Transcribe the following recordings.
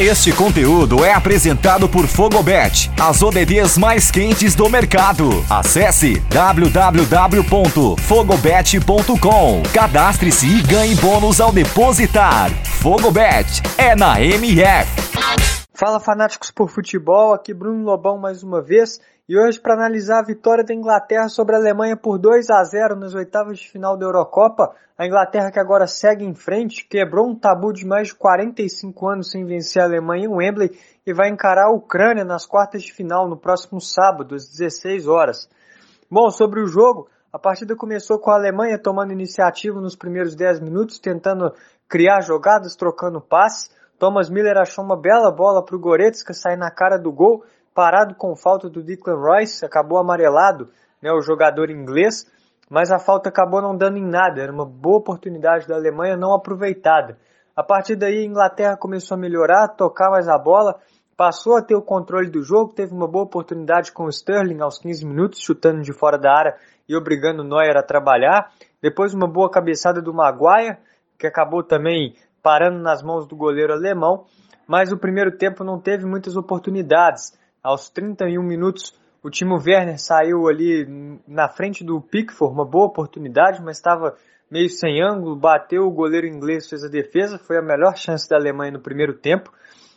Este conteúdo é apresentado por Fogobet, as ODDs mais quentes do mercado. Acesse www.fogobet.com. Cadastre-se e ganhe bônus ao depositar. Fogobet é na MF. Fala, fanáticos por futebol, aqui Bruno Lobão mais uma vez, e hoje para analisar a vitória da Inglaterra sobre a Alemanha por 2-0 nas oitavas de final da Eurocopa. A Inglaterra, que agora segue em frente, quebrou um tabu de mais de 45 anos sem vencer a Alemanha em Wembley e vai encarar a Ucrânia nas quartas de final no próximo sábado, às 16 horas. Bom, sobre o jogo, a partida começou com a Alemanha tomando iniciativa nos primeiros 10 minutos, tentando criar jogadas, trocando passes. Thomas Müller achou uma bela bola para o Goretzka sair na cara do gol, parado com falta do Declan Rice, acabou amarelado, o jogador inglês, mas a falta acabou não dando em nada, era uma boa oportunidade da Alemanha não aproveitada. A partir daí a Inglaterra começou a melhorar, a tocar mais a bola, passou a ter o controle do jogo, teve uma boa oportunidade com o Sterling aos 15 minutos, chutando de fora da área e obrigando o Neuer a trabalhar. Depois uma boa cabeçada do Maguire, que acabou também parando nas mãos do goleiro alemão, mas o primeiro tempo não teve muitas oportunidades. Aos 31 minutos, o Timo Werner saiu ali na frente do Pickford, uma boa oportunidade, mas estava meio sem ângulo, bateu, o goleiro inglês fez a defesa, foi a melhor chance da Alemanha no primeiro tempo.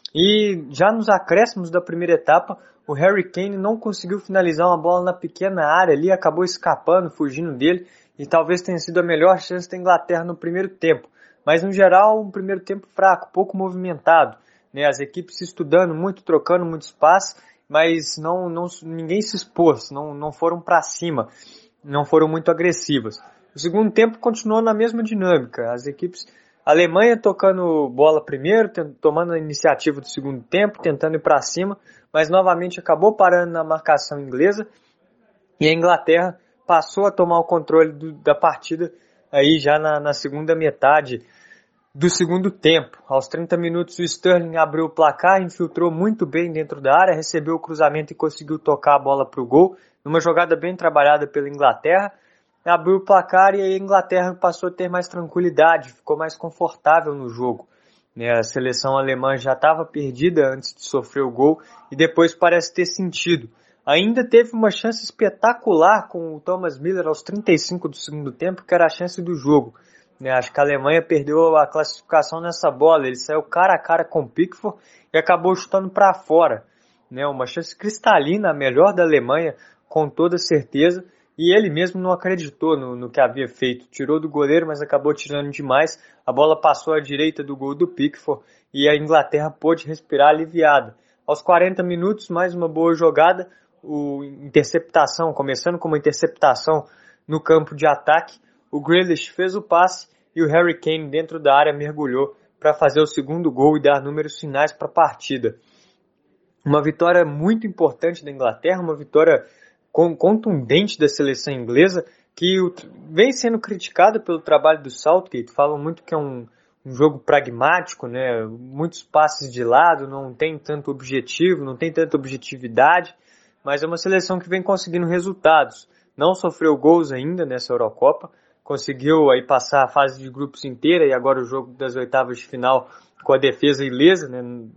E já nos acréscimos da primeira etapa, o Harry Kane não conseguiu finalizar uma bola na pequena área ali, acabou escapando, fugindo dele, e talvez tenha sido a melhor chance da Inglaterra no primeiro tempo. Mas, no geral, um primeiro tempo fraco, pouco movimentado, as equipes se estudando muito, trocando muito espaço, mas ninguém se expôs, não foram para cima, não foram muito agressivas. O segundo tempo continuou na mesma dinâmica, as equipes, a Alemanha tocando bola primeiro, tomando a iniciativa do segundo tempo, tentando ir para cima, mas novamente acabou parando na marcação inglesa, e a Inglaterra passou a tomar o controle da partida aí já na segunda metade do segundo tempo. Aos 30 minutos o Sterling abriu o placar, infiltrou muito bem dentro da área, recebeu o cruzamento e conseguiu tocar a bola para o gol, numa jogada bem trabalhada pela Inglaterra, abriu o placar e a Inglaterra passou a ter mais tranquilidade, ficou mais confortável no jogo. A seleção alemã já estava perdida antes de sofrer o gol e depois parece ter sentido. Ainda teve uma chance espetacular com o Thomas Müller aos 35 do segundo tempo, que era a chance do jogo. Acho que a Alemanha perdeu a classificação nessa bola, ele saiu cara a cara com o Pickford e acabou chutando para fora. Uma chance cristalina, a melhor da Alemanha, com toda certeza, e ele mesmo não acreditou no que havia feito. Tirou do goleiro, mas acabou tirando demais, a bola passou à direita do gol do Pickford e a Inglaterra pôde respirar aliviada. Aos 40 minutos, mais uma boa jogada, interceptação, começando com uma interceptação no campo de ataque. O Grealish fez o passe e o Harry Kane dentro da área mergulhou para fazer o segundo gol e dar números finais para a partida. Uma vitória muito importante da Inglaterra, uma vitória contundente da seleção inglesa, que vem sendo criticada pelo trabalho do Southgate. Falam muito que é um jogo pragmático, muitos passes de lado, não tem tanto objetivo, não tem tanta objetividade, mas é uma seleção que vem conseguindo resultados. Não sofreu gols ainda nessa Eurocopa, conseguiu aí passar a fase de grupos inteira e agora o jogo das oitavas de final com a defesa ilesa,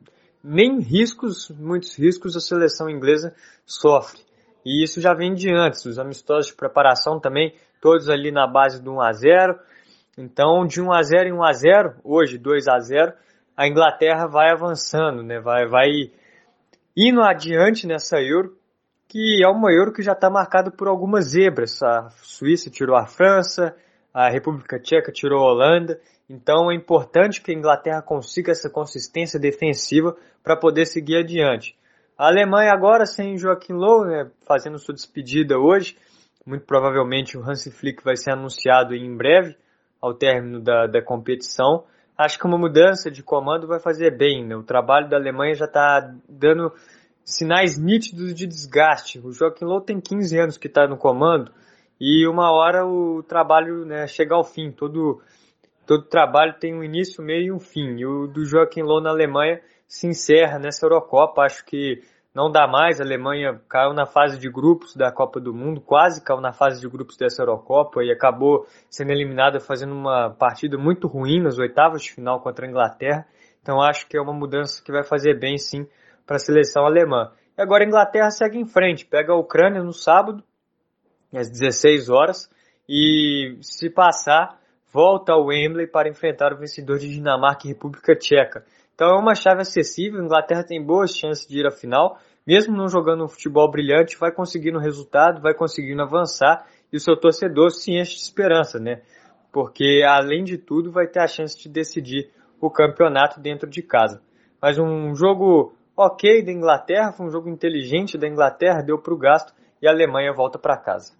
nem muitos riscos a seleção inglesa sofre. E isso já vem de antes, os amistosos de preparação também, todos ali na base do 1-0. Então, de 1-0 em 1-0, hoje 2-0, a Inglaterra vai avançando, vai indo adiante nessa Euro, que é uma Euro que já está marcada por algumas zebras. A Suíça tirou a França, a República Tcheca tirou a Holanda, então é importante que a Inglaterra consiga essa consistência defensiva para poder seguir adiante. A Alemanha agora sem Joachim Löw, fazendo sua despedida hoje, muito provavelmente o Hansi Flick vai ser anunciado em breve, ao término da competição. Acho que uma mudança de comando vai fazer bem, O trabalho da Alemanha já está dando sinais nítidos de desgaste. O Joachim Löw tem 15 anos que está no comando e uma hora o trabalho chega ao fim. Todo trabalho tem um início, meio e um fim. E o do Joachim Löw na Alemanha se encerra nessa Eurocopa. Acho que não dá mais. A Alemanha caiu na fase de grupos da Copa do Mundo, quase caiu na fase de grupos dessa Eurocopa e acabou sendo eliminada fazendo uma partida muito ruim nas oitavas de final contra a Inglaterra. Então acho que é uma mudança que vai fazer bem sim para a seleção alemã. E agora a Inglaterra segue em frente, pega a Ucrânia no sábado, às 16 horas, e se passar, volta ao Wembley para enfrentar o vencedor de Dinamarca e República Tcheca. Então é uma chave acessível, a Inglaterra tem boas chances de ir à final, mesmo não jogando um futebol brilhante, vai conseguindo resultado, vai conseguindo avançar, e o seu torcedor se enche de esperança, né? Porque, além de tudo, vai ter a chance de decidir o campeonato dentro de casa. Mas um jogo ok da Inglaterra, foi um jogo inteligente da Inglaterra, deu para o gasto, e a Alemanha volta para casa.